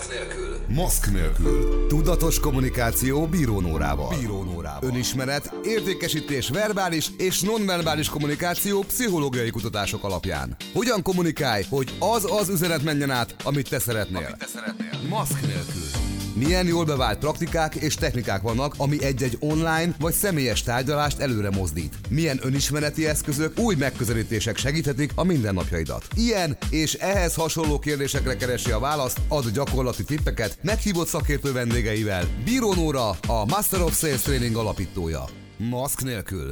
Maszk nélkül. Tudatos kommunikáció Bíró Nórával. Önismeret, értékesítés verbális és nonverbális kommunikáció pszichológiai kutatások alapján. Hogyan kommunikálj, hogy az üzenet menjen át, amit te szeretnél. Maszk nélkül. Milyen jól bevált praktikák és technikák vannak, ami egy-egy online vagy személyes tárgyalást előre mozdít. Milyen önismereti eszközök, új megközelítések segíthetik a mindennapjaidat. Ilyen és ehhez hasonló kérdésekre keresi a választ, ad gyakorlati tippeket meghívott szakértő vendégeivel. Bíró Nóra, a Master of Sales Training alapítója. Maszk nélkül.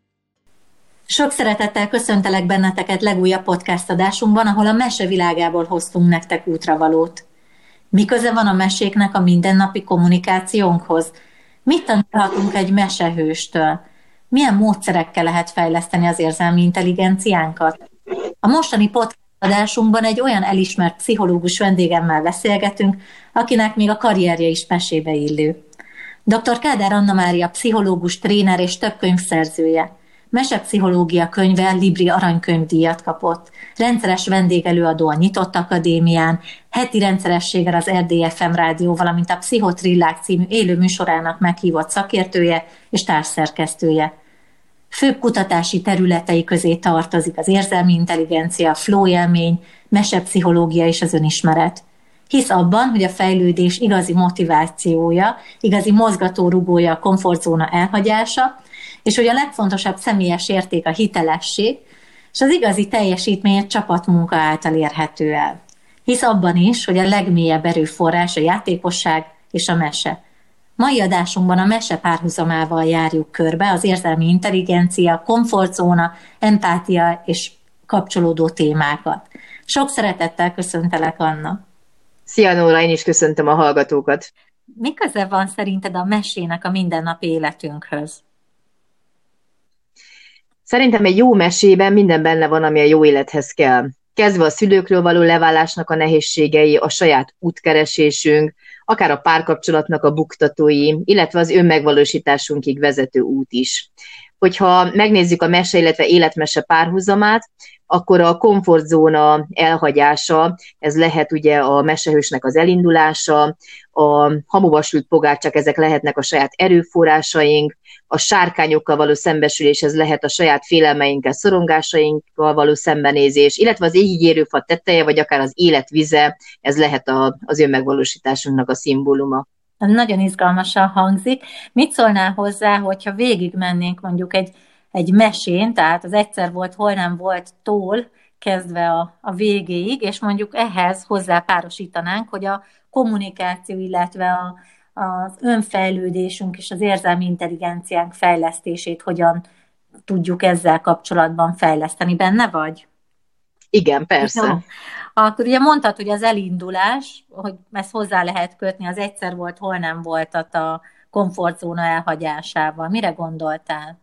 Sok szeretettel köszöntelek benneteket legújabb podcast adásunkban, ahol a mese világából hoztunk nektek útravalót. Mi köze van a meséknek a mindennapi kommunikációnkhoz? Mit tanulhatunk egy mesehőstől? Milyen módszerekkel lehet fejleszteni az érzelmi intelligenciánkat? A mostani podcast adásunkban egy olyan elismert pszichológus vendégemmel beszélgetünk, akinek még a karrierje is mesébe illő. Dr. Kádár Anna Mária pszichológus, tréner és több könyv szerzője. Mesepszichológia könyve Libri aranykönyvdíjat kapott. Rendszeres vendégelőadó a Nyitott Akadémián, heti rendszerességgel az Erdély FM rádió, valamint a Pszichotrillák című élő műsorának meghívott szakértője és társszerkesztője. Főbb kutatási területei közé tartozik az érzelmi intelligencia, a flow élmény, mesepszichológia és az önismeret. Hisz abban, hogy a fejlődés igazi motivációja, igazi mozgatórugója a komfortzóna elhagyása, és hogy a legfontosabb személyes érték a hitelesség, és az igazi teljesítmény egy csapatmunka által érhető el. Hisz abban is, hogy a legmélyebb erőforrás a játékosság és a mese. Mai adásunkban a mese párhuzamával járjuk körbe az érzelmi intelligencia, komfortzóna, empátia és kapcsolódó témákat. Sok szeretettel köszöntelek, Anna! Szia Nóra, én is köszöntöm a hallgatókat! Mi köze van szerinted a mesének a mindennapi életünkhöz? Szerintem egy jó mesében minden benne van, ami a jó élethez kell. Kezdve a szülőkről való leválásnak a nehézségei, a saját útkeresésünk, akár a párkapcsolatnak a buktatói, illetve az önmegvalósításunkig vezető út is. Hogyha megnézzük a mese, illetve életmese párhuzamát, akkor a komfortzóna elhagyása, ez lehet ugye a mesehősnek az elindulása, a hamuvasült pogácsak, ezek lehetnek a saját erőforrásaink, a sárkányokkal való szembesülés, ez lehet a saját félelmeinkkel, szorongásainkkal való szembenézés, illetve az égigérő fa teteje, vagy akár az élet vize, ez lehet az önmegvalósításunknak a szimbóluma. Nagyon izgalmasan hangzik. Mit szólnál hozzá, hogyha végigmennénk mondjuk egy mesén, tehát az egyszer volt, hol nem volt tól kezdve a végéig, és mondjuk ehhez hozzápárosítanánk, hogy a kommunikáció, illetve az önfejlődésünk és az érzelmi intelligenciánk fejlesztését hogyan tudjuk ezzel kapcsolatban fejleszteni. Benne vagy? Igen, persze. Jó. Akkor ugye mondtad, hogy az elindulás, hogy ezt hozzá lehet kötni, az egyszer volt, hol nem volt a komfortzóna elhagyásával. Mire gondoltál?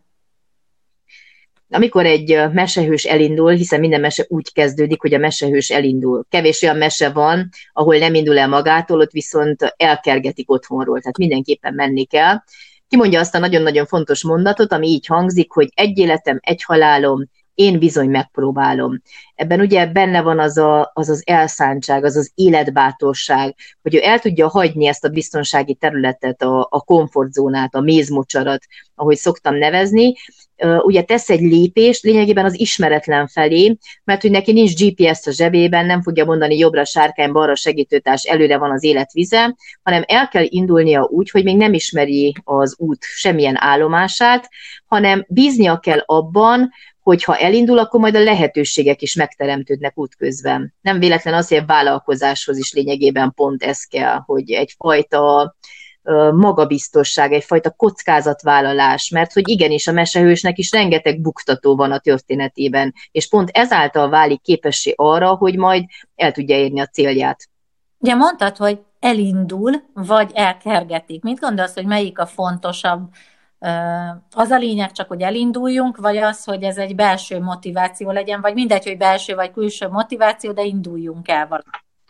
Amikor egy mesehős elindul, hiszen minden mese úgy kezdődik, hogy a mesehős elindul. Kevés olyan mese van, ahol nem indul el magától, ott viszont elkergetik otthonról, tehát mindenképpen menni kell. Kimondja azt a nagyon-nagyon fontos mondatot, ami így hangzik, hogy egy életem, egy halálom, én bizony megpróbálom. Ebben ugye benne van az elszántság, az életbátorság, hogy ő el tudja hagyni ezt a biztonsági területet, a komfortzónát, a mézmocsarat, ahogy szoktam nevezni. Ugye tesz egy lépést lényegében az ismeretlen felé, mert hogy neki nincs GPS a zsebében, nem fogja mondani jobbra sárkány, balra segítőtárs, előre van az életvize, hanem el kell indulnia úgy, hogy még nem ismeri az út semmilyen állomását, hanem bíznia kell abban, hogy ha elindul, akkor majd a lehetőségek is megteremtődnek útközben. Nem véletlen az, hogy a vállalkozáshoz is lényegében pont ez kell, hogy egyfajta magabiztosság, egyfajta kockázatvállalás, mert hogy igenis a mesehősnek is rengeteg buktató van a történetében, és pont ezáltal válik képessé arra, hogy majd el tudja érni a célját. Ugye mondtad, hogy elindul, vagy elkergetik. Mit gondolsz, hogy melyik a fontosabb? Az a lényeg csak, hogy elinduljunk, vagy az, hogy ez egy belső motiváció legyen, vagy mindegy, hogy belső vagy külső motiváció, de induljunk el valahogy.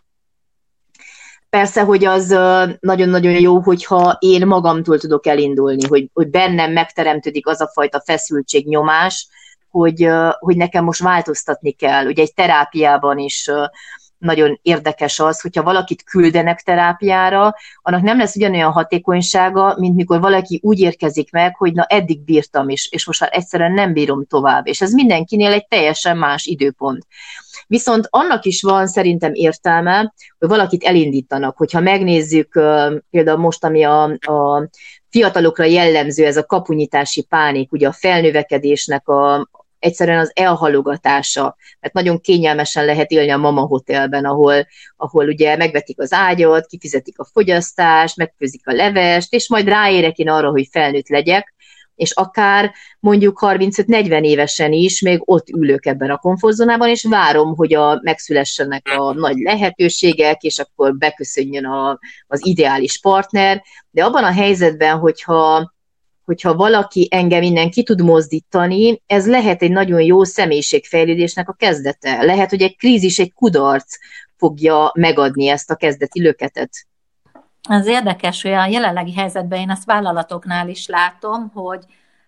Persze, hogy az nagyon-nagyon jó, hogyha én magamtól tudok elindulni, hogy bennem megteremtődik az a fajta feszültség, nyomás, hogy nekem most változtatni kell. Ugye egy terápiában is nagyon érdekes az, hogyha valakit küldenek terápiára, annak nem lesz ugyanolyan hatékonysága, mint mikor valaki úgy érkezik meg, hogy na eddig bírtam is, és most már egyszerűen nem bírom tovább. És ez mindenkinél egy teljesen más időpont. Viszont annak is van szerintem értelme, hogy valakit elindítanak. Hogyha megnézzük például most, ami a fiatalokra jellemző, ez a kapunyitási pánik, ugye a felnövekedésnek egyszerűen az elhalogatása, mert nagyon kényelmesen lehet élni a mama hotelben, ahol ugye megvetik az ágyat, kifizetik a fogyasztást, megfőzik a levest, és majd ráérek én arra, hogy felnőtt legyek, és akár mondjuk 35-40 évesen is még ott ülök ebben a komfortzónában, és várom, hogy megszülessenek a nagy lehetőségek, és akkor beköszönjön az ideális partner, de abban a helyzetben, hogyha valaki engem innen ki tud mozdítani, ez lehet egy nagyon jó személyiségfejlődésnek a kezdete. Lehet, hogy egy krízis, egy kudarc fogja megadni ezt a kezdeti löketet. Az érdekes, hogy a jelenlegi helyzetben én azt vállalatoknál is látom, hogy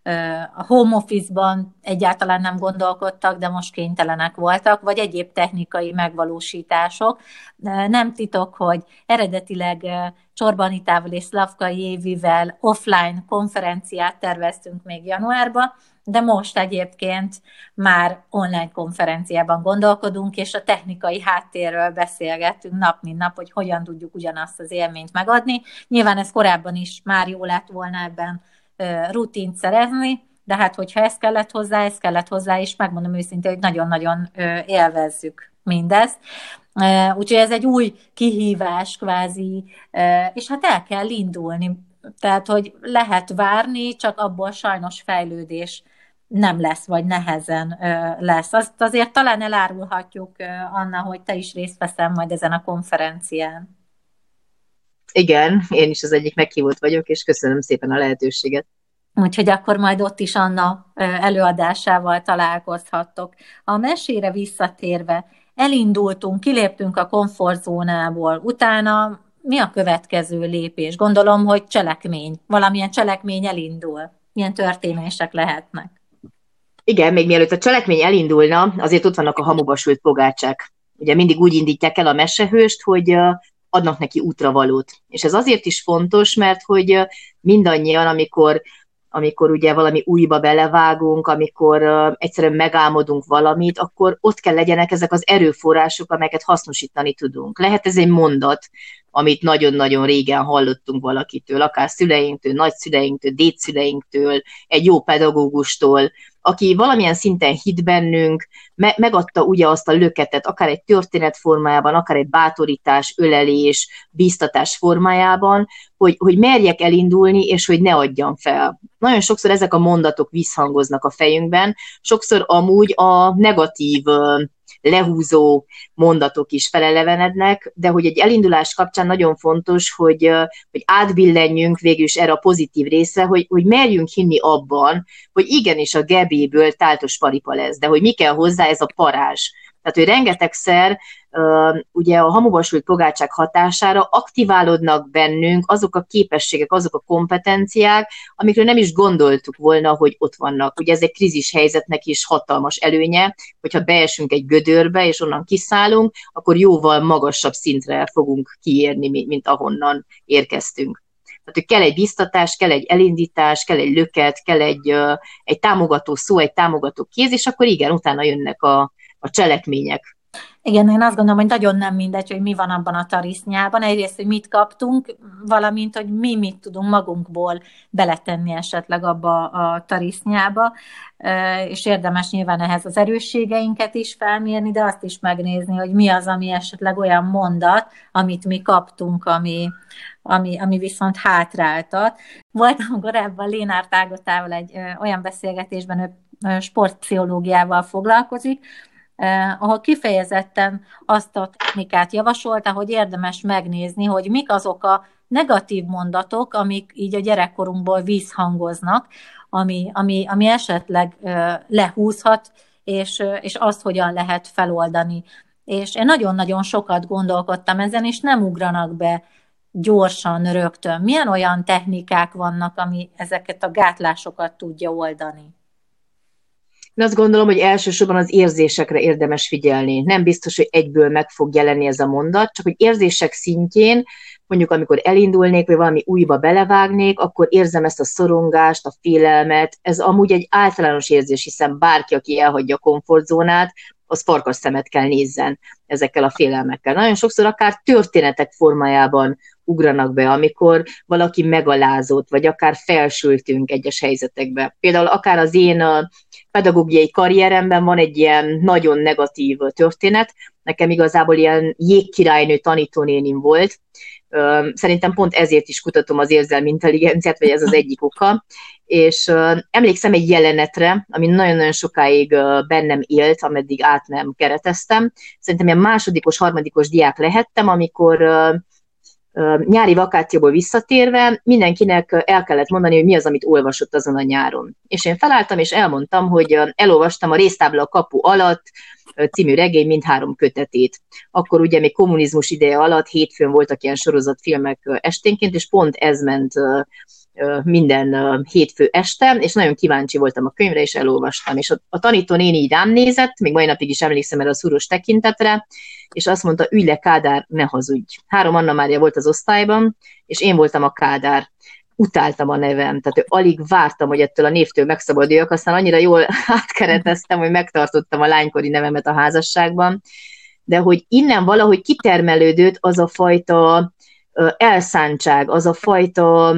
a home office-ban egyáltalán nem gondolkodtak, de most kénytelenek voltak, vagy egyéb technikai megvalósítások. Nem titok, hogy eredetileg Csorba Anitával és Szlavkai Évivel offline konferenciát terveztünk még januárban, de most egyébként már online konferenciában gondolkodunk, és a technikai háttérről beszélgettünk nap mint nap, hogy hogyan tudjuk ugyanazt az élményt megadni. Nyilván ez korábban is már jó lett volna ebben rutint szerezni, de hát hogyha ez kellett hozzá, és megmondom őszintén, hogy nagyon-nagyon élvezzük mindezt. Úgyhogy ez egy új kihívás kvázi, és hát el kell indulni. Tehát, hogy lehet várni, csak abból sajnos fejlődés nem lesz, vagy nehezen lesz. Azt azért talán elárulhatjuk, Anna, hogy te is részt veszel majd ezen a konferencián. Igen, én is az egyik meghívott vagyok, és köszönöm szépen a lehetőséget. Úgyhogy akkor majd ott is Anna előadásával találkozhattok. A mesére visszatérve, elindultunk, kiléptünk a komfortzónából, utána mi a következő lépés? Gondolom, hogy cselekmény, valamilyen cselekmény elindul. Milyen történések lehetnek? Igen, még mielőtt a cselekmény elindulna, azért ott vannak a hamuba sült pogácsák. Ugye mindig úgy indítják el a mesehőst, hogy adnak neki útravalót. És ez azért is fontos, mert hogy mindannyian, amikor ugye valami újba belevágunk, amikor egyszerűen megálmodunk valamit, akkor ott kell legyenek ezek az erőforrások, amelyeket hasznosítani tudunk. Lehet ez egy mondat, amit nagyon-nagyon régen hallottunk valakitől, akár szüleinktől, nagyszüleinktől, dédszüleinktől, egy jó pedagógustól, aki valamilyen szinten hitt bennünk, megadta ugye azt a löketet, akár egy történet formájában, akár egy bátorítás, ölelés, bíztatás formájában, hogy merjek elindulni, és hogy ne adjam fel. Nagyon sokszor ezek a mondatok visszhangoznak a fejünkben, sokszor amúgy a negatív, lehúzó mondatok is felelevenednek, de hogy egy elindulás kapcsán nagyon fontos, hogy átbillenjünk végül is erre a pozitív részre, hogy merjünk hinni abban, hogy igenis a gebéből táltos paripa lesz, de hogy mi kell hozzá, ez a parázs. Tehát, hogy rengetegszer ugye a hamuba sült pogácsák hatására aktiválódnak bennünk azok a képességek, azok a kompetenciák, amikről nem is gondoltuk volna, hogy ott vannak. Ugye ez egy krízis helyzetnek is hatalmas előnye, hogyha beesünk egy gödörbe, és onnan kiszállunk, akkor jóval magasabb szintre fogunk kiérni, mint ahonnan érkeztünk. Tehát, hogy kell egy biztatás, kell egy elindítás, kell egy löket, kell egy támogató szó, egy támogató kéz, és akkor igen, utána jönnek a cselekmények. Igen, én azt gondolom, hogy nagyon nem mindegy, hogy mi van abban a tarisznyában. Egyrészt, hogy mit kaptunk, valamint, hogy mi mit tudunk magunkból beletenni esetleg abba a tarisznyába, és érdemes nyilván ehhez az erősségeinket is felmérni, de azt is megnézni, hogy mi az, ami esetleg olyan mondat, amit mi kaptunk, ami viszont hátráltat. Voltam korábban Lénár Ágotával egy olyan beszélgetésben, ő sportpszichológiával foglalkozik, ahol kifejezetten azt a technikát javasolta, hogy érdemes megnézni, hogy mik azok a negatív mondatok, amik így a gyerekkorunkból visszhangoznak, ami esetleg lehúzhat, és azt hogyan lehet feloldani. És én nagyon-nagyon sokat gondolkodtam ezen, és nem ugranak be gyorsan, rögtön. Milyen olyan technikák vannak, ami ezeket a gátlásokat tudja oldani? Én azt gondolom, hogy elsősorban az érzésekre érdemes figyelni. Nem biztos, hogy egyből meg fog jelenni ez a mondat, csak hogy érzések szintjén, mondjuk amikor elindulnék, vagy valami újba belevágnék, akkor érzem ezt a szorongást, a félelmet. Ez amúgy egy általános érzés, hiszen bárki, aki elhagyja a komfortzónát, az farkas szemet kell nézzen ezekkel a félelmekkel. Nagyon sokszor akár történetek formájában ugranak be, amikor valaki megalázott, vagy akár felsültünk egyes helyzetekbe. Például akár az én pedagógiai karrieremben van egy ilyen nagyon negatív történet, nekem igazából ilyen jégkirálynő tanítónénim volt, szerintem pont ezért is kutatom az érzelmi intelligenciát, vagy ez az egyik oka, és emlékszem egy jelenetre, ami nagyon-nagyon sokáig bennem élt, ameddig át nem kereteztem. Szerintem ilyen másodikos, harmadikos diák lehettem, amikor nyári vakációból visszatérve mindenkinek el kellett mondani, hogy mi az, amit olvasott azon a nyáron. És én felálltam, és elmondtam, hogy elolvastam a Résztábla a kapu alatt című regény mindhárom kötetét. Akkor ugye még kommunizmus ideje alatt hétfőn voltak ilyen sorozatfilmek esténként, és pont ez ment minden hétfő este, és nagyon kíváncsi voltam a könyvre, és elolvastam. És a tanítónéni így rám nézett, még mai napig is emlékszem erre a szúros tekintetre, és azt mondta, ülj le, Kádár, ne hazudj. 3 Anna Mária volt az osztályban, és én voltam a Kádár. Utáltam a nevem, tehát alig vártam, hogy ettől a névtől megszabaduljak, aztán annyira jól átkereteztem, hogy megtartottam a lánykori nevemet a házasságban, de hogy innen valahogy kitermelődött az a fajta elszántság, az a fajta,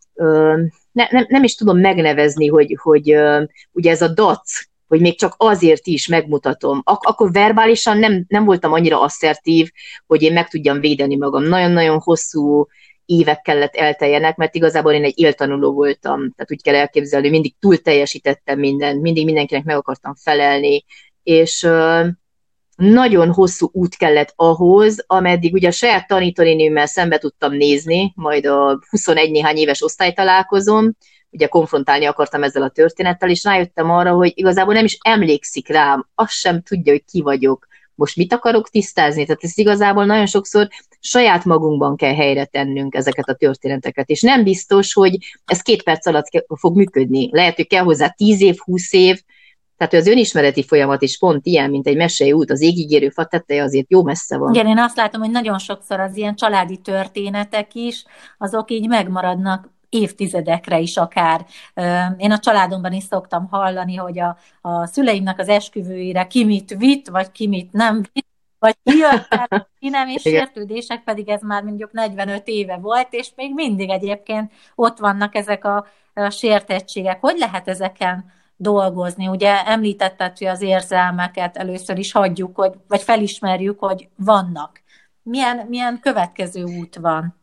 nem is tudom megnevezni, hogy ugye ez a dac, hogy még csak azért is megmutatom. Akkor verbálisan nem voltam annyira asszertív, hogy én meg tudjam védeni magam. Nagyon-nagyon hosszú évek kellett elteljenek, mert igazából én egy éltanuló voltam. Tehát úgy kell elképzelni, mindig túl teljesítettem mindent, mindig mindenkinek meg akartam felelni, és nagyon hosszú út kellett ahhoz, ameddig ugye a saját tanítónénimmel szembe tudtam nézni, majd a 21 néhány éves osztálytalálkozom, ugye konfrontálni akartam ezzel a történettel, és rájöttem arra, hogy igazából nem is emlékszik rám, azt sem tudja, hogy ki vagyok, most mit akarok tisztázni, tehát ez igazából nagyon sokszor saját magunkban kell helyre tennünk ezeket a történeteket, és nem biztos, hogy ez 2 perc alatt fog működni. Lehet, hogy kell hozzá 10 év, 20 év, tehát az önismereti folyamat is pont ilyen, mint egy mesei út, az égigérő fa teteje azért jó messze van. Igen, én azt látom, hogy nagyon sokszor az ilyen családi történetek is, azok így megmaradnak évtizedekre is akár. Én a családomban is szoktam hallani, hogy a szüleimnek az esküvőire ki mit vitt, vagy ki mit nem vitt, vagy ki jött el, ki nem, és sértődések pedig ez már mondjuk 45 éve volt, és még mindig egyébként ott vannak ezek a sértettségek. Hogy lehet ezeken dolgozni? Ugye említetted, hogy az érzelmeket először is hagyjuk, vagy felismerjük, hogy vannak. Milyen következő út van?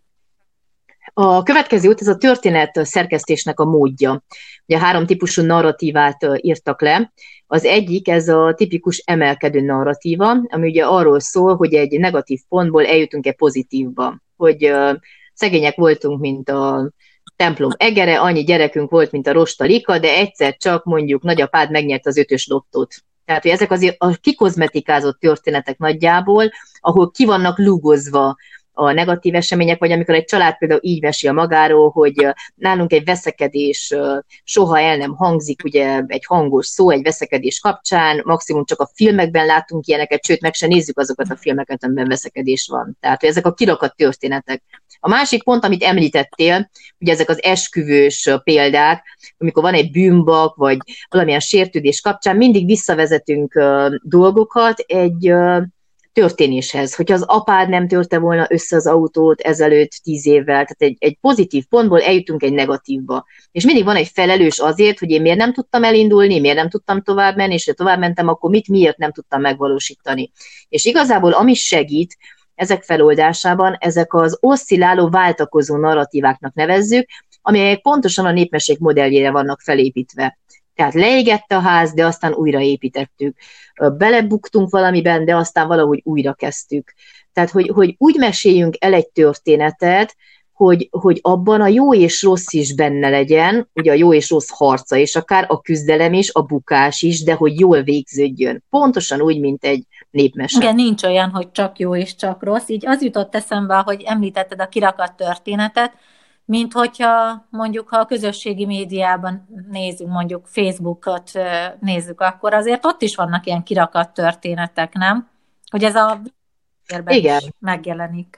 A következő út, ez a történet szerkesztésnek a módja. Ugye 3 típusú narratívát írtak le. Az egyik, ez a tipikus emelkedő narratíva, ami ugye arról szól, hogy egy negatív pontból eljutunk egy pozitívba. Hogy szegények voltunk, mint a templom egere, annyi gyerekünk volt, mint a rosta lika, de egyszer csak mondjuk nagyapád megnyert az 5-ös lottót. Tehát, hogy ezek azért a kikozmetikázott történetek nagyjából, ahol ki vannak lúgozva a negatív események, vagy amikor egy család például így mesél magáról, hogy nálunk egy veszekedés soha el nem hangzik, ugye egy hangos szó egy veszekedés kapcsán, maximum csak a filmekben látunk ilyeneket, sőt meg se nézzük azokat a filmeket, amiben veszekedés van. Tehát, hogy ezek a kirakat történetek. A másik pont, amit említettél, ugye ezek az esküvős példák, amikor van egy bűnbak, vagy valamilyen sértődés kapcsán, mindig visszavezetünk dolgokat egy történéshez. Hogyha az apád nem törte volna össze az autót ezelőtt 10 évvel, tehát egy pozitív pontból eljutunk egy negatívba. És mindig van egy felelős azért, hogy én miért nem tudtam elindulni, miért nem tudtam tovább menni, és ha tovább mentem, akkor miért nem tudtam megvalósítani. És igazából ami segít ezek feloldásában, ezek az oszcilláló, váltakozó narratíváknak nevezzük, amelyek pontosan a népmesék modelljére vannak felépítve. Tehát leégett a ház, de aztán újraépítettük. Belebuktunk valamiben, de aztán valahogy újra kezdtük. Tehát, hogy úgy meséljünk el egy történetet, hogy abban a jó és rossz is benne legyen, ugye a jó és rossz harca, és akár a küzdelem is, a bukás is, de hogy jól végződjön. Pontosan úgy, mint egy népmese. Igen, nincs olyan, hogy csak jó és csak rossz. Így az jutott eszembe, hogy említetted a kirakat történetet, mint hogyha mondjuk, ha a közösségi médiában nézzük, mondjuk Facebookot nézzük, akkor azért ott is vannak ilyen kirakadt történetek, nem? Hogy ez a térben Igen. is megjelenik.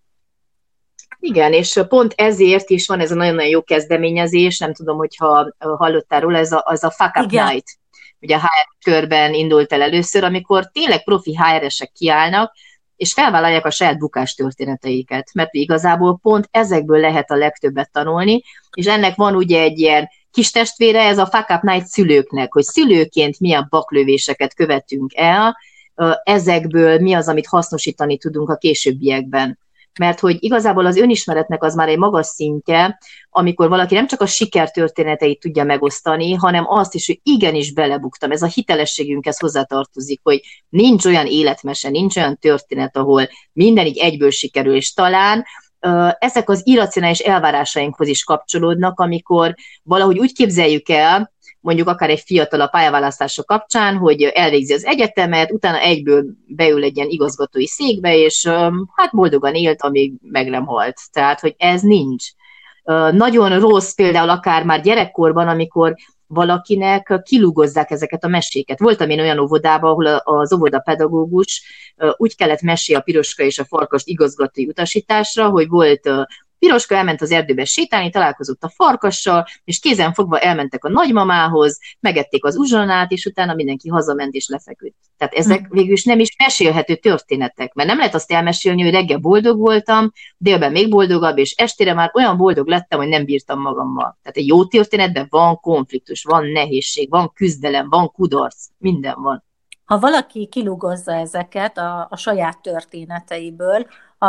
Igen, és pont ezért is van ez a nagyon-nagyon jó kezdeményezés, nem tudom, hogyha hallottál róla, az a Fuck Up Igen. Night. Ugye a HR körben indult el először, amikor tényleg profi HR-esek kiállnak, és felvállalják a saját bukás történeteiket, mert igazából pont ezekből lehet a legtöbbet tanulni, és ennek van ugye egy ilyen kis testvére, ez a Fuck Up Night szülőknek, hogy szülőként milyen baklövéseket követünk el, ezekből mi az, amit hasznosítani tudunk a későbbiekben. Mert hogy igazából az önismeretnek az már egy magas szintje, amikor valaki nem csak a sikertörténeteit tudja megosztani, hanem azt is, hogy igenis belebuktam. Ez a hitelességünkhez hozzátartozik, hogy nincs olyan életmese, nincs olyan történet, ahol minden így egyből sikerül, és talán ezek az irracionális elvárásainkhoz is kapcsolódnak, amikor valahogy úgy képzeljük el, mondjuk akár egy fiatal a pályaválasztása kapcsán, hogy elvégzi az egyetemet, utána egyből beül egy ilyen igazgatói székbe, és hát boldogan élt, amíg meg nem halt. Tehát, hogy ez nincs. Nagyon rossz például akár már gyerekkorban, amikor valakinek kilúgozzák ezeket a meséket. Voltam én olyan óvodában, ahol az óvodapedagógus úgy kellett mesélni a Piroska és a Farkast igazgatói utasításra, hogy volt Piroska elment az erdőbe sétálni, találkozott a farkassal, és kézen fogva elmentek a nagymamához, megették az uzsonát, és utána mindenki hazament és lefeküdt. Tehát ezek végül is nem is mesélhető történetek, mert nem lehet azt elmesélni, hogy reggel boldog voltam, délben még boldogabb, és estére már olyan boldog lettem, hogy nem bírtam magammal. Tehát egy jó történetben van konfliktus, van nehézség, van küzdelem, van kudarc, minden van. Ha valaki kilugozza ezeket a saját történeteiből,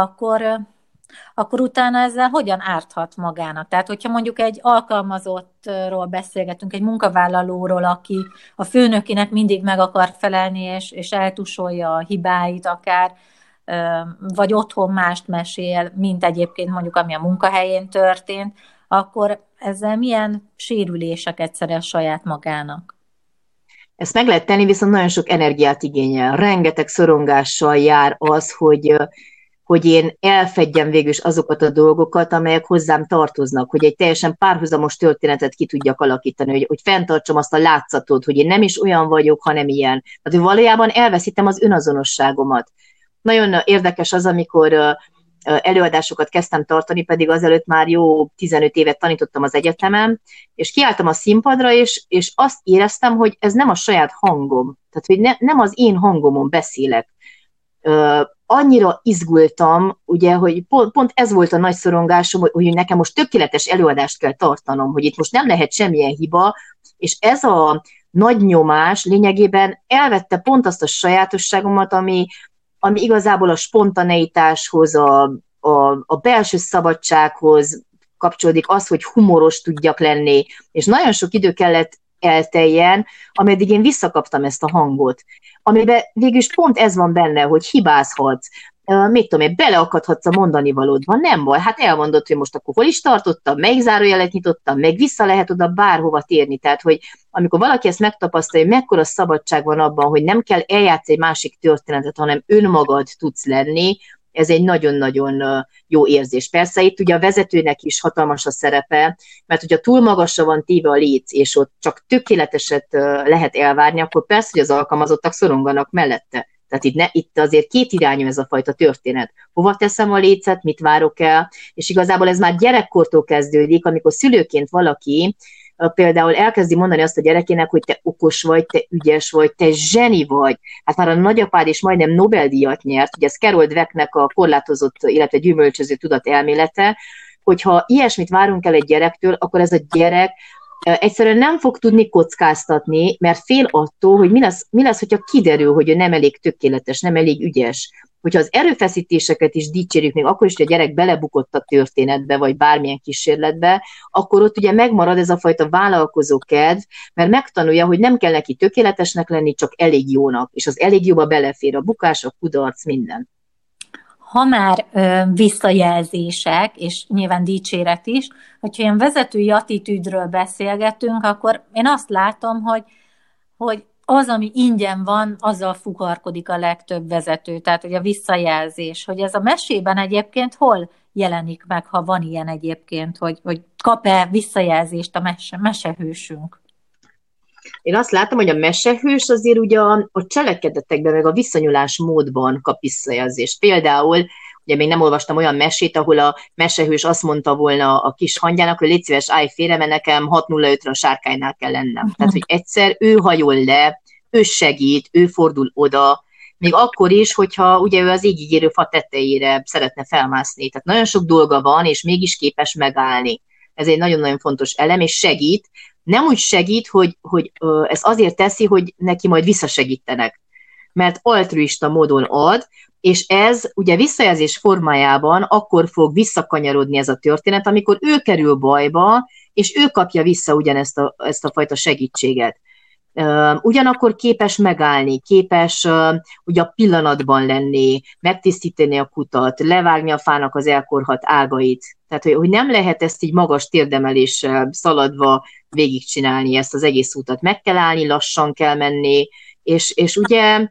akkor utána ezzel hogyan árthat magának? Tehát, hogyha mondjuk egy alkalmazottról beszélgetünk, egy munkavállalóról, aki a főnökének mindig meg akar felelni, és eltusolja a hibáit akár, vagy otthon mást mesél, mint egyébként mondjuk, ami a munkahelyén történt, akkor ezzel milyen sérüléseket szerez saját magának? Ezt meg lehet tenni, viszont nagyon sok energiát igényel. Rengeteg szorongással jár az, hogy én elfedjem végül is azokat a dolgokat, amelyek hozzám tartoznak, hogy egy teljesen párhuzamos történetet ki tudjak alakítani, hogy fenntartsam azt a látszatot, hogy én nem is olyan vagyok, hanem ilyen. Tehát, hogy valójában elveszítem az önazonosságomat. Nagyon érdekes az, amikor előadásokat kezdtem tartani, pedig azelőtt már jó 15 évet tanítottam az egyetemen, és kiálltam a színpadra, és azt éreztem, hogy ez nem a saját hangom. Tehát, hogy nem az én hangomon beszélek. Annyira izgultam, ugye, hogy pont ez volt a nagy szorongásom, hogy nekem most tökéletes előadást kell tartanom, hogy itt most nem lehet semmilyen hiba, és ez a nagy nyomás lényegében elvette pont azt a sajátosságomat, ami igazából a spontaneitáshoz, a belső szabadsághoz kapcsolódik, az, hogy humoros tudjak lenni, és nagyon sok idő kellett elteljen, ameddig én visszakaptam ezt a hangot, amiben végülis pont ez van benne, hogy hibázhatsz, mit tudom én, beleakadhatsz a mondani valódban, nem baj, hát elmondod, hogy most akkor hol is tartottam, melyik zárójelet nyitottam, meg vissza lehet oda bárhova térni, tehát, hogy amikor valaki ezt megtapasztalja, hogy mekkora szabadság van abban, hogy nem kell eljátszani egy másik történetet, hanem önmagad tudsz lenni, ez egy nagyon-nagyon jó érzés. Persze itt ugye a vezetőnek is hatalmas a szerepe, mert hogyha túl magasra van téve a léc, és ott csak tökéleteset lehet elvárni, akkor persze, hogy az alkalmazottak szoronganak mellette. Tehát itt azért két irányú ez a fajta történet. Hova teszem a lécet, mit várok el, és igazából ez már gyerekkortól kezdődik, amikor szülőként valaki például elkezdi mondani azt a gyerekének, hogy te okos vagy, te ügyes vagy, te zseni vagy. Hát már a nagyapád is majdnem Nobel-díjat nyert, ugye ez Carol Dwecknek a korlátozott, illetve gyümölcsöző tudat elmélete, hogyha ilyesmit várunk el egy gyerektől, akkor ez a gyerek egyszerűen nem fog tudni kockáztatni, mert fél attól, hogy mi lesz, hogyha kiderül, hogy ő nem elég tökéletes, nem elég ügyes. Hogyha az erőfeszítéseket is dicsérjük, még akkor is, hogy a gyerek belebukott a történetbe, vagy bármilyen kísérletbe, akkor ott ugye megmarad ez a fajta vállalkozó kedv, mert megtanulja, hogy nem kell neki tökéletesnek lenni, csak elég jónak, és az elég jóba belefér a bukás, a kudarc, minden. Ha már visszajelzések, és nyilván dicséret is, hogyha ilyen vezetői attitűdről beszélgetünk, akkor én azt látom, hogy az, ami ingyen van, azzal fukarkodik a legtöbb vezető, tehát hogy a visszajelzés, hogy ez a mesében egyébként hol jelenik meg, ha van ilyen egyébként, hogy kap-e visszajelzést a mesehősünk? Én azt látom, hogy a mesehős azért ugye a cselekedetekben, meg a viszonyulás módban kap visszajelzést. Például, ugye még nem olvastam olyan mesét, ahol a mesehős azt mondta volna a kis hangyának, hogy légy szíves, állj félre, mert nekem 6:05-re a sárkánynál kell lennem. Tehát, hogy egyszer ő hajol le, ő segít, ő fordul oda, még akkor is, hogyha ugye ő az égigérő fa tetejére szeretne felmászni. Tehát nagyon sok dolga van, és mégis képes megállni. Ez egy nagyon-nagyon fontos elem, és segít. Nem úgy segít, hogy ez azért teszi, hogy neki majd visszasegítenek, mert altruista módon ad, és ez ugye visszajelzés formájában akkor fog visszakanyarodni ez a történet, amikor ő kerül bajba, és ő kapja vissza ugyanezt ezt a fajta segítséget. Ugyanakkor képes megállni, képes ugye a pillanatban lenni, megtisztítani a kutat, levágni a fának az elkorhadt ágait. Tehát, hogy nem lehet ezt így magas térdemeléssel szaladva végigcsinálni ezt az egész utat. Meg kell állni, lassan kell menni, és ugye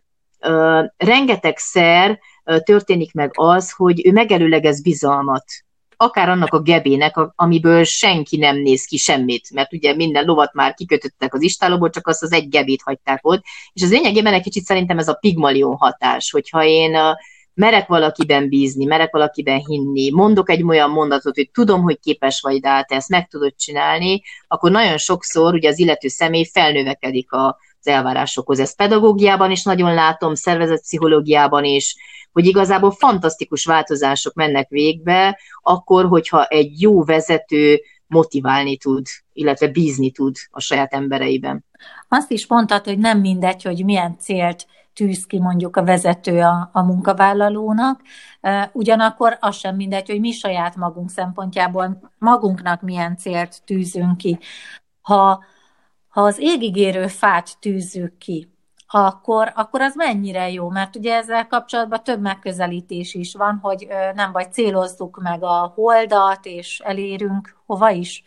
rengetegszer történik meg az, hogy ő megelőlegez bizalmat. Akár annak a gebének, amiből senki nem néz ki semmit, mert ugye minden lovat már kikötöttek az istállóból, csak azt az egy gebét hagyták ott, és az lényegében egy kicsit szerintem ez a Pigmalion hatás, hogyha én merek valakiben bízni, merek valakiben hinni, mondok egy olyan mondatot, hogy tudom, hogy képes vagy rá, te ezt meg tudod csinálni, akkor nagyon sokszor ugye az illető személy felnövekedik az elvárásokhoz. Ezt pedagógiában is nagyon látom, szervezetpszichológiában is, hogy igazából fantasztikus változások mennek végbe, akkor, hogyha egy jó vezető motiválni tud, illetve bízni tud a saját embereiben. Azt is mondtad, hogy nem mindegy, hogy milyen célt tűz ki mondjuk a vezető a munkavállalónak, ugyanakkor az sem mindegy, hogy mi saját magunk szempontjából magunknak milyen célt tűzünk ki. Ha az égigérő fát tűzzük ki, akkor az mennyire jó, mert ugye ezzel kapcsolatban több megközelítés is van, hogy nem baj, célozzuk meg a holdat, és elérünk hova is.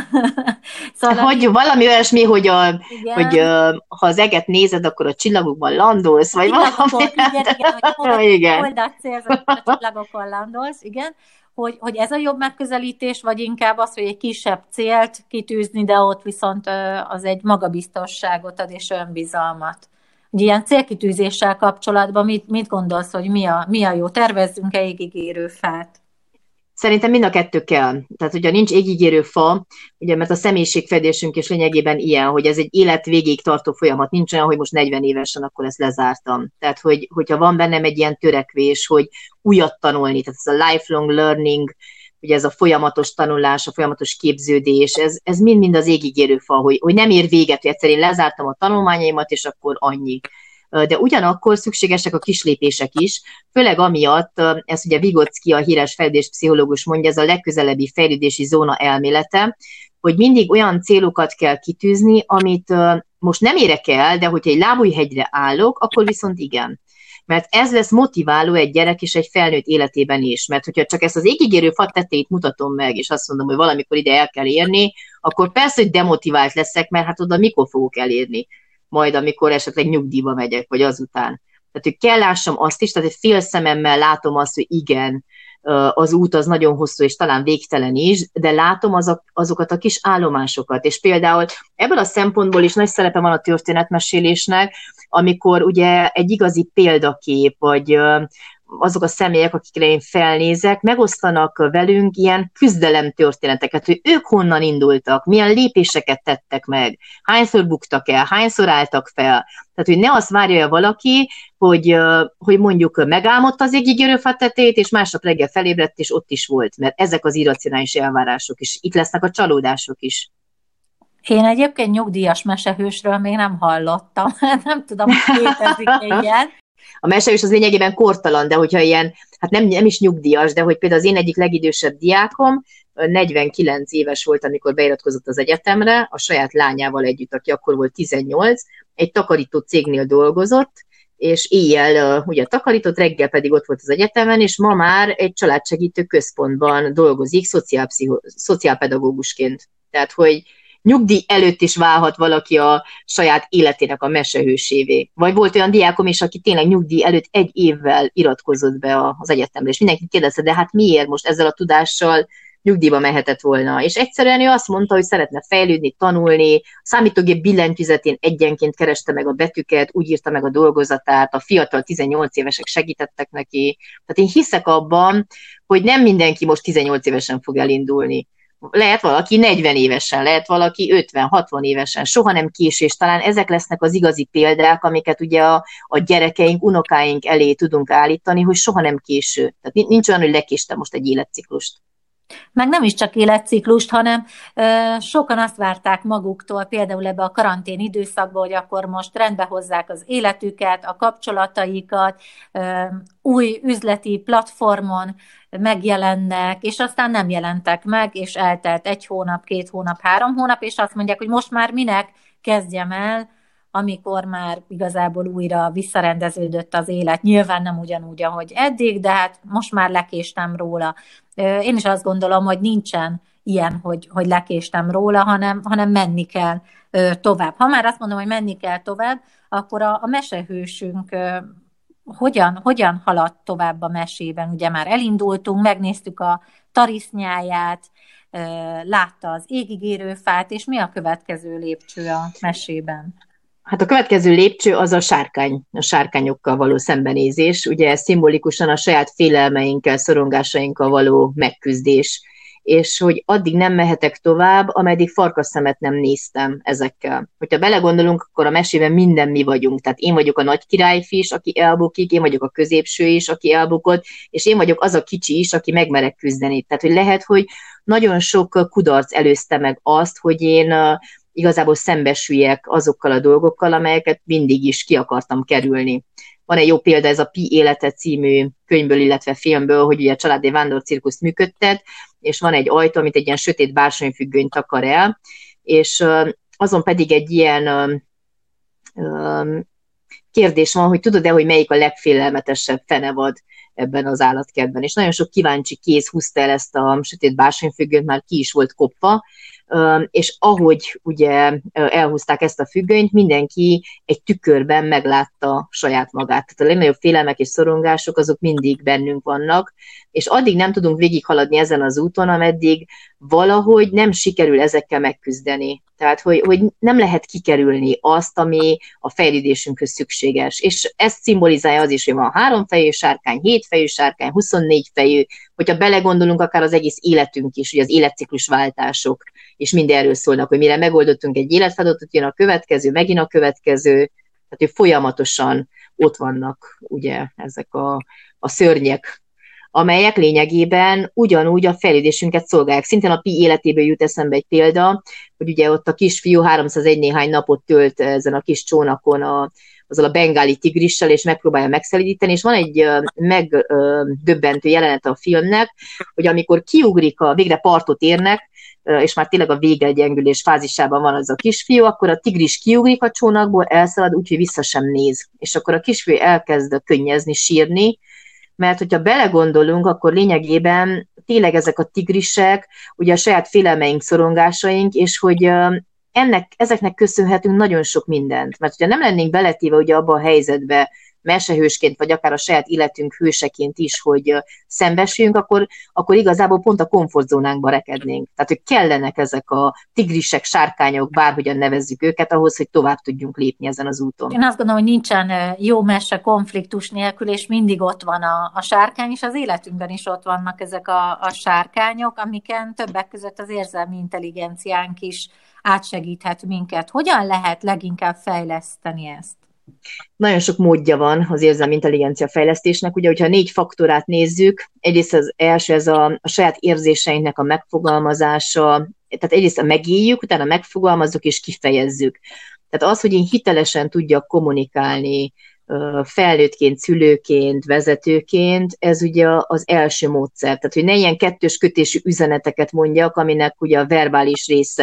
Szóval hogy valami olyasmi, hogy ha az eget nézed, akkor a csillagokban landolsz, vagy valami. Igen, holdat célzod, a csillagokon landolsz, igen. Hogy ez a jobb megközelítés, vagy inkább az, hogy egy kisebb célt kitűzni, de ott viszont az egy magabiztosságot ad és önbizalmat. Ilyen célkitűzéssel kapcsolatban mit gondolsz, hogy mi a jó? Tervezzünk-e égigérő fát? Szerintem mind a kettő kell. Tehát, hogyha nincs égigérő fa, ugye, mert a személyiségfedésünk is lényegében ilyen, hogy ez egy élet végéig tartó folyamat. Nincs olyan, hogy most 40 évesen akkor ezt lezártam. Tehát, hogyha van bennem egy ilyen törekvés, hogy újat tanulni, tehát ez a lifelong learning, ugye ez a folyamatos tanulás, a folyamatos képződés, ez mind-mind az égigérő fa, hogy nem ér véget, hogy egyszer én lezártam a tanulmányaimat, és akkor annyi. De ugyanakkor szükségesek a kislépések is, főleg amiatt, ezt ugye Vygotsky, a híres fejlődéspszichológus mondja, ez a legközelebbi fejlődési zóna elmélete, hogy mindig olyan célokat kell kitűzni, amit most nem érek el, de hogyha egy lábújhegyre állok, akkor viszont igen. Mert ez lesz motiváló egy gyerek és egy felnőtt életében is. Mert hogyha csak ezt az égigérő fa tetejét mutatom meg, és azt mondom, hogy valamikor ide el kell érni, akkor persze, hogy demotivált leszek, mert hát oda mikor fogok elérni? Majd amikor esetleg nyugdíjba megyek, vagy azután. Tehát, hogy kell lássam azt is, tehát egy fél szememmel látom azt, hogy igen, az út az nagyon hosszú, és talán végtelen is, de látom azokat a kis állomásokat. És például ebből a szempontból is nagy szerepe van a történetmesélésnek, amikor ugye egy igazi példakép, vagy azok a személyek, akikre én felnézek, megosztanak velünk ilyen küzdelemtörténeteket, hogy ők honnan indultak, milyen lépéseket tettek meg, hányszor buktak el, hányszor álltak fel. Tehát, hogy ne azt várja valaki, hogy mondjuk megálmodta az égigérő fa tetejét, és másnap reggel felébredt, és ott is volt, mert ezek az irracionális elvárások is. Itt lesznek a csalódások is. Én egyébként nyugdíjas mesehősről még nem hallottam. Nem tudom, hogy létezik ilyen. A mesehős az lényegében kortalan, de hogyha ilyen, hát nem is nyugdíjas, de hogy például az én egyik legidősebb diákom 49 éves volt, amikor beiratkozott az egyetemre, a saját lányával együtt, aki akkor volt 18, egy takarító cégnél dolgozott, és éjjel ugye takarított, reggel pedig ott volt az egyetemen, és ma már egy családsegítő központban dolgozik szociálpedagógusként. Tehát, hogy nyugdíj előtt is válhat valaki a saját életének a mesehősévé. Vagy volt olyan diákom is, aki tényleg nyugdíj előtt 1 évvel iratkozott be az egyetemre, és mindenki kérdezte, de hát miért most ezzel a tudással nyugdíjba mehetett volna. És egyszerűen ő azt mondta, hogy szeretne fejlődni, tanulni, a számítógép billentyűzetén egyenként kereste meg a betűket, úgy írta meg a dolgozatát, a fiatal 18 évesek segítettek neki. Tehát én hiszek abban, hogy nem mindenki most 18 évesen fog elindulni. Lehet valaki 40 évesen, lehet valaki 50-60 évesen, soha nem késés. Talán ezek lesznek az igazi példák, amiket ugye a gyerekeink, unokáink elé tudunk állítani, hogy soha nem késő. Tehát nincs olyan, hogy lekéstem most egy életciklust. Meg nem is csak életciklust, hanem sokan azt várták maguktól, például ebbe a karantén időszakban, hogy akkor most rendbe hozzák az életüket, a kapcsolataikat, új üzleti platformon megjelennek, és aztán nem jelentek meg, és eltelt 1 hónap, 2 hónap, 3 hónap, és azt mondják, hogy most már minek kezdjem el, amikor már igazából újra visszarendeződött az élet. Nyilván nem ugyanúgy, ahogy eddig, de hát most már lekéstem róla. Én is azt gondolom, hogy nincsen ilyen, hogy lekéstem róla, hanem menni kell tovább. Ha már azt mondom, hogy menni kell tovább, akkor a mesehősünk hogyan haladt tovább a mesében? Ugye már elindultunk, megnéztük a tarisznyáját, látta az égig érő fát, és mi a következő lépcső a mesében? Hát a következő lépcső az a sárkányokkal való szembenézés, ugye ez szimbolikusan a saját félelmeinkkel, szorongásainkkal való megküzdés, és hogy addig nem mehetek tovább, ameddig farkasszemet nem néztem ezekkel. Hogyha belegondolunk, akkor a mesében minden mi vagyunk, tehát én vagyok a nagy királyfi is, aki elbukik, én vagyok a középső is, aki elbukott, és én vagyok az a kicsi is, aki megmerek küzdeni. Tehát, hogy lehet, hogy nagyon sok kudarc előzte meg azt, hogy én igazából szembesüljek azokkal a dolgokkal, amelyeket mindig is ki akartam kerülni. Van egy jó példa, ez a Pi élete című könyvből, illetve filmből, hogy ugye a család egy vándorcirkuszt működtet, és van egy ajtó, amit egy ilyen sötét bársonyfüggöny takar el, és azon pedig egy ilyen kérdés van, hogy tudod-e, hogy melyik a legfélelmetesebb fenevad ebben az állatkertben. És nagyon sok kíváncsi kéz húzta el ezt a sötét bársonyfüggönyt, már ki is volt kopva, és ahogy ugye elhúzták ezt a függönyt, mindenki egy tükörben meglátta saját magát. Tehát a legnagyobb félelmek és szorongások azok mindig bennünk vannak, és addig nem tudunk végighaladni ezen az úton, ameddig valahogy nem sikerül ezekkel megküzdeni. Tehát, hogy nem lehet kikerülni azt, ami a fejlődésünkhöz szükséges. És ezt szimbolizálja az is, hogy van 3 fejű sárkány, 7 fejű sárkány, 24 fejű, hogyha belegondolunk, akár az egész életünk is, ugye az életciklusváltások, és mind erről szólnak, hogy mire megoldottunk egy életfeladatot, jön a következő, megint a következő, tehát hogy folyamatosan ott vannak ugye ezek a szörnyek, amelyek lényegében ugyanúgy a fejlődésünket szolgálják. Szintén a Pi életéből jut eszembe egy példa, hogy ugye ott a kisfiú 301 néhány napot tölt ezen a kis csónakon azzal a bengáli tigrissel, és megpróbálja megszelídíteni, és van egy megdöbbentő jelenete a filmnek, hogy amikor kiugrik, végre partot érnek, és már tényleg a végegyengülés fázisában van az a kisfiú, akkor a tigris kiugrik a csónakból, elszalad, úgyhogy vissza sem néz. És akkor a kisfiú elkezd könnyezni, sírni, mert hogyha belegondolunk, akkor lényegében tényleg ezek a tigrisek, ugye a saját félelmeink, szorongásaink, és hogy ezeknek köszönhetünk nagyon sok mindent. Mert hogyha nem lennénk beletéve ugye abba a helyzetbe, mesehősként, vagy akár a saját életünk hőseként is, hogy szembesüljünk, akkor igazából pont a komfortzónánkba rekednénk. Tehát, hogy kellenek ezek a tigrisek, sárkányok, bárhogyan nevezzük őket, ahhoz, hogy tovább tudjunk lépni ezen az úton. Én azt gondolom, hogy nincsen jó mese konfliktus nélkül, és mindig ott van a sárkány, és az életünkben is ott vannak ezek a sárkányok, amiken többek között az érzelmi intelligenciánk is átsegíthet minket. Hogyan lehet leginkább fejleszteni ezt? Nagyon sok módja van az érzelmi intelligencia fejlesztésnek. Ugye, hogyha 4 faktorát nézzük, egyrészt az első, ez a saját érzéseinknek a megfogalmazása, tehát egyrészt megéljük, utána megfogalmazzuk és kifejezzük. Tehát az, hogy én hitelesen tudjak kommunikálni felnőttként, szülőként, vezetőként, ez ugye az első módszer. Tehát, hogy ne ilyen kettős kötésű üzeneteket mondjak, aminek ugye a verbális része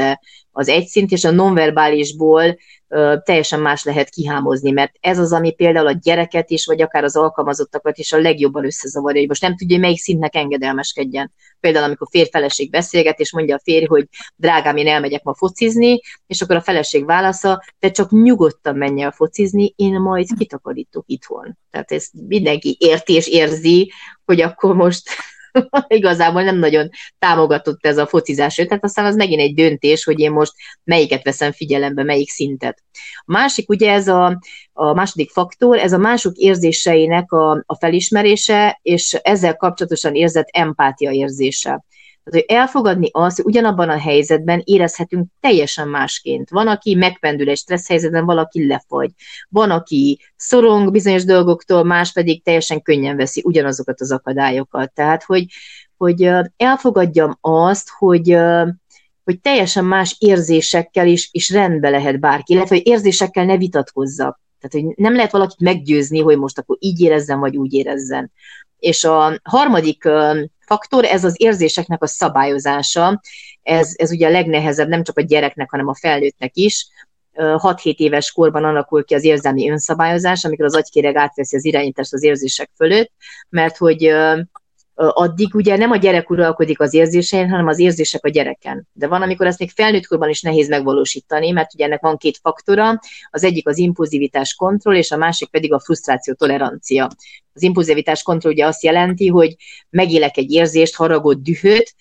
az egyszint, és a nonverbálisból teljesen más lehet kihámozni, mert ez az, ami például a gyereket is, vagy akár az alkalmazottakat is a legjobban összezavarja, hogy most nem tudja, hogy melyik szintnek engedelmeskedjen. Például, amikor férj-feleség beszélget, és mondja a férj, hogy drágám, én elmegyek ma focizni, és akkor a feleség válasza, te csak nyugodtan menj el focizni, én majd kitakarítok itthon. Tehát ezt mindenki érti és érzi, hogy akkor most igazából nem nagyon támogatott ez a focizás ötlet, aztán az megint egy döntés, hogy én most melyiket veszem figyelembe, melyik szintet. A másik ugye ez a második faktor, ez a mások érzéseinek a felismerése, és ezzel kapcsolatosan érzett empátia érzése. Tehát, hogy elfogadni azt, hogy ugyanabban a helyzetben érezhetünk teljesen másként. Van, aki megpendül egy stressz helyzetben, valaki lefagy. Van, aki szorong bizonyos dolgoktól, más pedig teljesen könnyen veszi ugyanazokat az akadályokat. Tehát, hogy elfogadjam azt, hogy teljesen más érzésekkel is rendbe lehet bárki, illetve hogy érzésekkel ne vitatkozzak. Tehát, hogy nem lehet valakit meggyőzni, hogy most akkor így érezzen, vagy úgy érezzen. És a harmadik faktor, ez az érzéseknek a szabályozása. Ez ugye a legnehezebb nem csak a gyereknek, hanem a felnőttnek is. 6-7 éves korban alakul ki az érzelmi önszabályozás, amikor az agykéreg átveszi az irányítást az érzések fölött, mert hogy addig ugye nem a gyerek uralkodik az érzésein, hanem az érzések a gyereken. De van, amikor ezt még felnőttkorban is nehéz megvalósítani, mert ugye ennek van 2 faktora, az egyik az impulzivitás kontroll, és a másik pedig a frusztráció tolerancia. Az impulzivitás kontroll ugye azt jelenti, hogy megélek egy érzést, haragot, dühöt,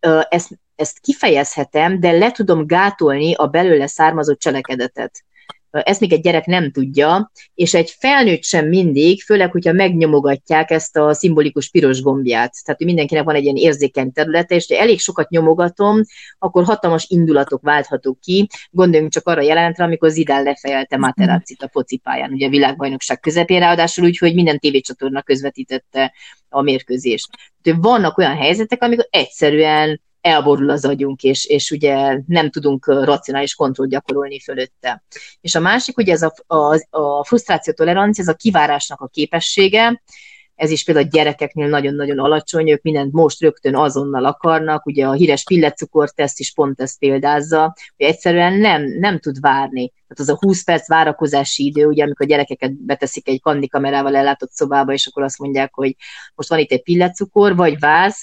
ezt kifejezhetem, de le tudom gátolni a belőle származó cselekedetet. Ezt még egy gyerek nem tudja, és egy felnőtt sem mindig, főleg, hogyha megnyomogatják ezt a szimbolikus piros gombját. Tehát, hogy mindenkinek van egy ilyen érzékeny területe, és ha elég sokat nyomogatom, akkor hatalmas indulatok válthatók ki. Gondoljunk csak arra jelentre, amikor Zidane lefejelte Materazzit a focipályán, ugye a világbajnokság közepén, ráadásul úgy, hogy minden tévécsatorna közvetítette a mérkőzést. Tehát, vannak olyan helyzetek, amikor egyszerűen elborul az agyunk, és ugye nem tudunk racionális kontrollt gyakorolni fölötte. És a másik, ugye ez a frusztráció tolerancia, ez a kivárásnak a képessége, ez is például a gyerekeknél nagyon-nagyon alacsony, ők mindent most rögtön azonnal akarnak, ugye a híres pilletcukorteszt is pont ezt példázza, hogy egyszerűen nem tud várni. Tehát az a 20 perc várakozási idő, ugye amikor a gyerekeket beteszik egy kandikamerával ellátott szobába, és akkor azt mondják, hogy most van itt egy pilletcukor, vagy vársz,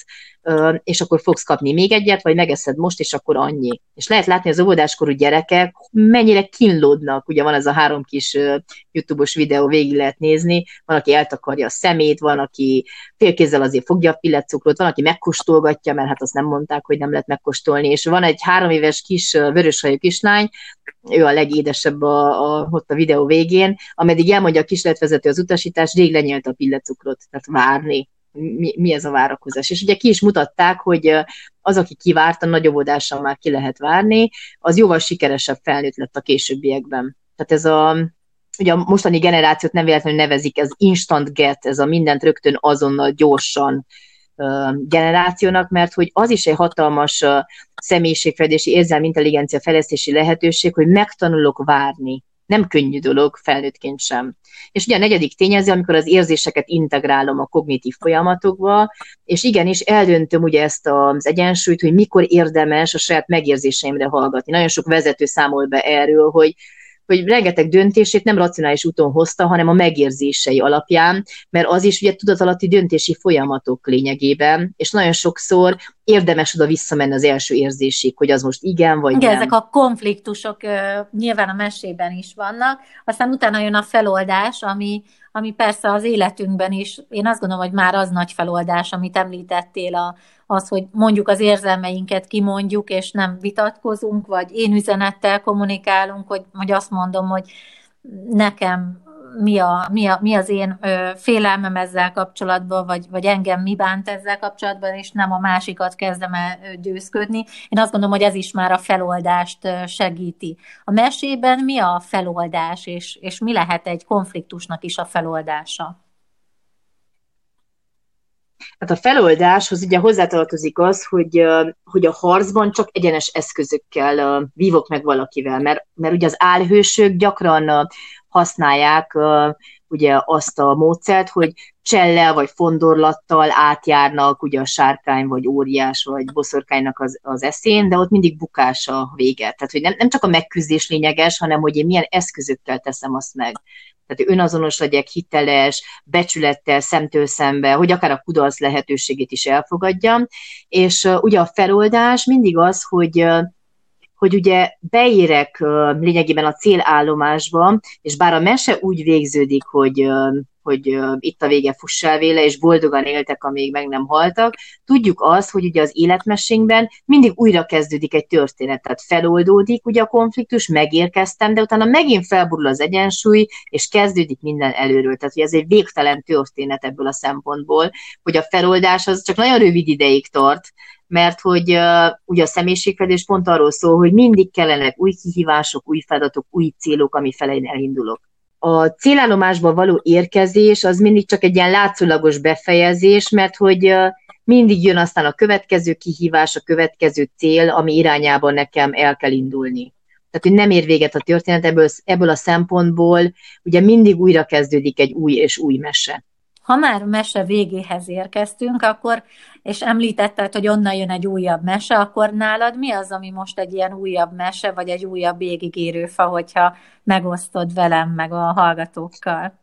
és akkor fogsz kapni még egyet, vagy megeszed most, és akkor annyi. És lehet látni az óvodáskorú gyerekek mennyire kínlódnak, ugye van ez a 3 kis YouTube-os videó, végig lehet nézni, van, aki eltakarja a szemét, van, aki félkézzel azért fogja a pilletcukrot, van, aki megkóstolgatja, mert hát azt nem mondták, hogy nem lehet megkóstolni, és van egy 3 éves kis vöröshajú kislány, ő a legédesebb ott a videó végén, ameddig elmondja a kísérletvezető az utasítást, rég lenyelte a pilletcukrot, tehát várni. Mi ez a várakozás. És ugye ki is mutatták, hogy az, aki kivárta, nagy óvodással már ki lehet várni, az jóval sikeresebb felnőtt lett a későbbiekben. Tehát ez ugye a mostani generációt nem véletlenül nevezik, ez instant get, ez a mindent rögtön azonnal gyorsan generációnak, mert hogy az is egy hatalmas személyiségfejlődési, érzelmi intelligencia fejlesztési lehetőség, hogy megtanulok várni. Nem könnyű dolog, felnőttként sem. És ugye a 4. tényező, amikor az érzéseket integrálom a kognitív folyamatokba, és igenis eldöntöm ugye ezt az egyensúlyt, hogy mikor érdemes a saját megérzéseimre hallgatni. Nagyon sok vezető számol be erről, hogy rengeteg döntését nem racionális úton hozta, hanem a megérzései alapján, mert az is ugye tudatalatti döntési folyamatok lényegében, és nagyon sokszor érdemes oda visszamenni az első érzésig, hogy az most igen, vagy igen, nem. Ezek a konfliktusok nyilván a mesében is vannak, aztán utána jön a feloldás, ami persze az életünkben is, én azt gondolom, hogy már az nagy feloldás, amit említettél, az, hogy mondjuk az érzelmeinket kimondjuk, és nem vitatkozunk, vagy én üzenettel kommunikálunk, hogy azt mondom, hogy nekem mi az én félelmem ezzel kapcsolatban, vagy engem mi bánt ezzel kapcsolatban, és nem a másikat kezdem el győzködni. Én azt gondolom, hogy ez is már a feloldást segíti. A mesében mi a feloldás, és mi lehet egy konfliktusnak is a feloldása? Hát a feloldáshoz ugye hozzátartozik az, hogy a harcban csak egyenes eszközökkel vívok meg valakivel, mert ugye az álhősök gyakran használják ugye azt a módszert, hogy csellel vagy fondorlattal átjárnak ugye a sárkány, vagy óriás, vagy boszorkánynak az eszén, de ott mindig bukás a vége. Tehát, hogy nem csak a megküzdés lényeges, hanem hogy én milyen eszközökkel teszem azt meg. Tehát, hogy önazonos legyek, hiteles, becsülettel, szemtől szembe, hogy akár a kudarc lehetőségét is elfogadjam. És ugye a feloldás mindig az, hogy ugye beérek lényegében a célállomásba, és bár a mese úgy végződik, hogy itt a vége, fuss el véle, és boldogan éltek, amíg meg nem haltak, tudjuk azt, hogy ugye az életmesénkben mindig újra kezdődik egy történet, tehát feloldódik ugye a konfliktus, megérkeztem, de utána megint felborul az egyensúly, és kezdődik minden előről. Tehát, hogy ez egy végtelen történet ebből a szempontból, hogy a feloldás az csak nagyon rövid ideig tart, mert hogy ugye a személyiségfejlődés pont arról szól, hogy mindig kellenek új kihívások, új feladatok, új célok, ami felé elindulok. A célállomásba való érkezés az mindig csak egy ilyen látszólagos befejezés, mert hogy mindig jön aztán a következő kihívás, a következő cél, ami irányában nekem el kell indulni. Tehát, hogy nem ér véget a történet ebből a szempontból, ugye mindig újra kezdődik egy új és új mese. Ha már mese végéhez érkeztünk, akkor, és említetted, hogy onnan jön egy újabb mese, akkor nálad mi az, ami most egy ilyen újabb mese, vagy egy újabb végigérő fa, hogyha megosztod velem, meg a hallgatókkal?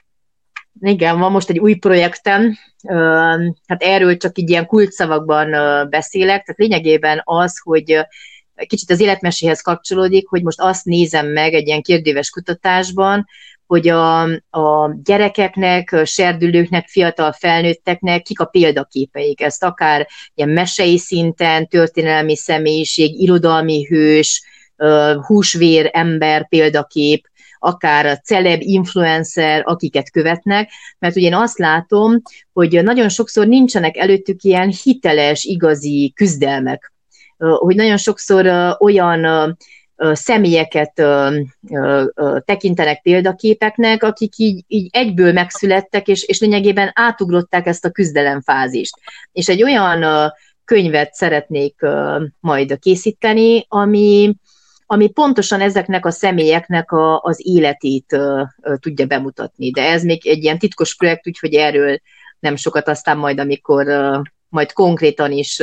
Igen, van most egy új projektem, hát erről csak így ilyen kulcsszavakban beszélek, tehát lényegében az, hogy kicsit az életmeséhez kapcsolódik, hogy most azt nézem meg egy ilyen kérdéves kutatásban, hogy a gyerekeknek, serdülőknek, fiatal felnőtteknek kik a példaképeik. Ezt akár ilyen mesei szinten, történelmi személyiség, irodalmi hős, húsvér ember példakép, akár celeb, influencer, akiket követnek, mert ugye én azt látom, hogy nagyon sokszor nincsenek előttük ilyen hiteles, igazi küzdelmek. Hogy nagyon sokszor olyan személyeket tekintenek példaképeknek, akik így egyből megszülettek, és lényegében átugrották ezt a küzdelemfázist. És egy olyan könyvet szeretnék majd készíteni, ami pontosan ezeknek a személyeknek az életét tudja bemutatni. De ez még egy ilyen titkos projekt, úgyhogy erről nem sokat, aztán majd, amikor majd konkrétan is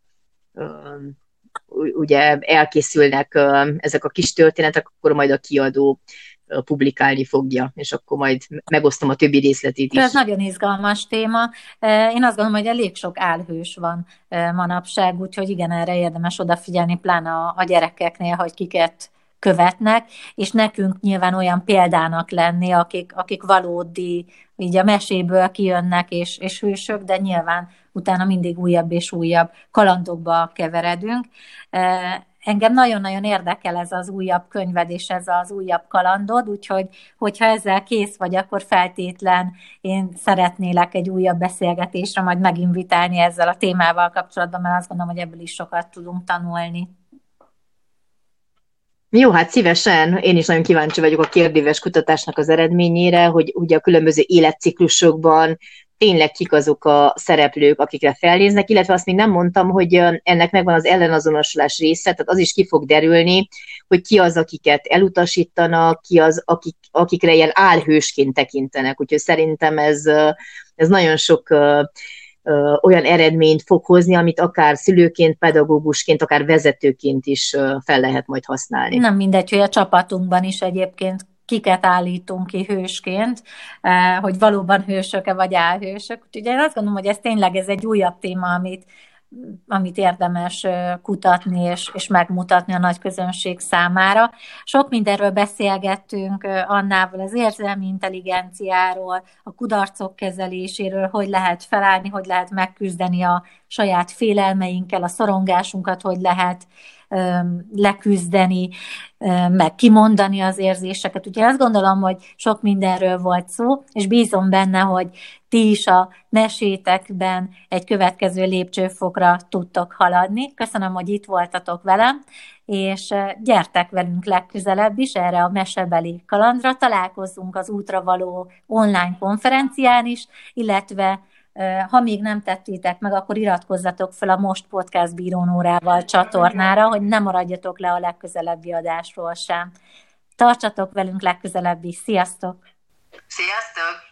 ugye elkészülnek ezek a kis történetek, akkor majd a kiadó publikálni fogja, és akkor majd megosztom a többi részletét is. Ez nagyon izgalmas téma. Én azt gondolom, hogy elég sok álhős van manapság, úgyhogy igen, erre érdemes odafigyelni, pláne a gyerekeknél, hogy kiket követnek, és nekünk nyilván olyan példának lenni, akik valódi, így a meséből kijönnek, és hősök, de nyilván utána mindig újabb és újabb kalandokba keveredünk. Engem nagyon-nagyon érdekel ez az újabb könyved és ez az újabb kalandod, úgyhogy hogyha ezzel kész vagy, akkor feltétlen én szeretnélek egy újabb beszélgetésre majd meginvitálni ezzel a témával kapcsolatban, mert azt gondolom, hogy ebből is sokat tudunk tanulni. Jó, hát szívesen. Én is nagyon kíváncsi vagyok a kérdéves kutatásnak az eredményére, hogy ugye a különböző életciklusokban tényleg kik azok a szereplők, akikre felnéznek, illetve azt még nem mondtam, hogy ennek megvan az ellenazonosulás része, tehát az is ki fog derülni, hogy ki az, akiket elutasítanak, ki az, akikre ilyen álhősként tekintenek. Úgyhogy szerintem ez nagyon sok olyan eredményt fog hozni, amit akár szülőként, pedagógusként, akár vezetőként is fel lehet majd használni. Nem mindegy, hogy a csapatunkban is egyébként kiket állítunk ki hősként, hogy valóban hősök-e vagy álhősök. Úgyhogy én azt gondolom, hogy ez egy újabb téma, amit érdemes kutatni és megmutatni a nagy közönség számára. Sok mindenről beszélgettünk Annával, az érzelmi intelligenciáról, a kudarcok kezeléséről, hogy lehet felállni, hogy lehet megküzdeni a saját félelmeinkkel, a szorongásunkat, hogy lehet leküzdeni, meg kimondani az érzéseket. Úgyhogy azt gondolom, hogy sok mindenről volt szó, és bízom benne, hogy ti is a mesétekben egy következő lépcsőfokra tudtok haladni. Köszönöm, hogy itt voltatok velem, és gyertek velünk legközelebb is erre a mesebeli kalandra. Találkozzunk az útra való online konferencián is, illetve ha még nem tettétek meg, akkor iratkozzatok fel a Most Podcast Bírónórával csatornára, hogy ne maradjatok le a legközelebbi adásról sem. Tartsatok velünk legközelebb is. Sziasztok! Sziasztok!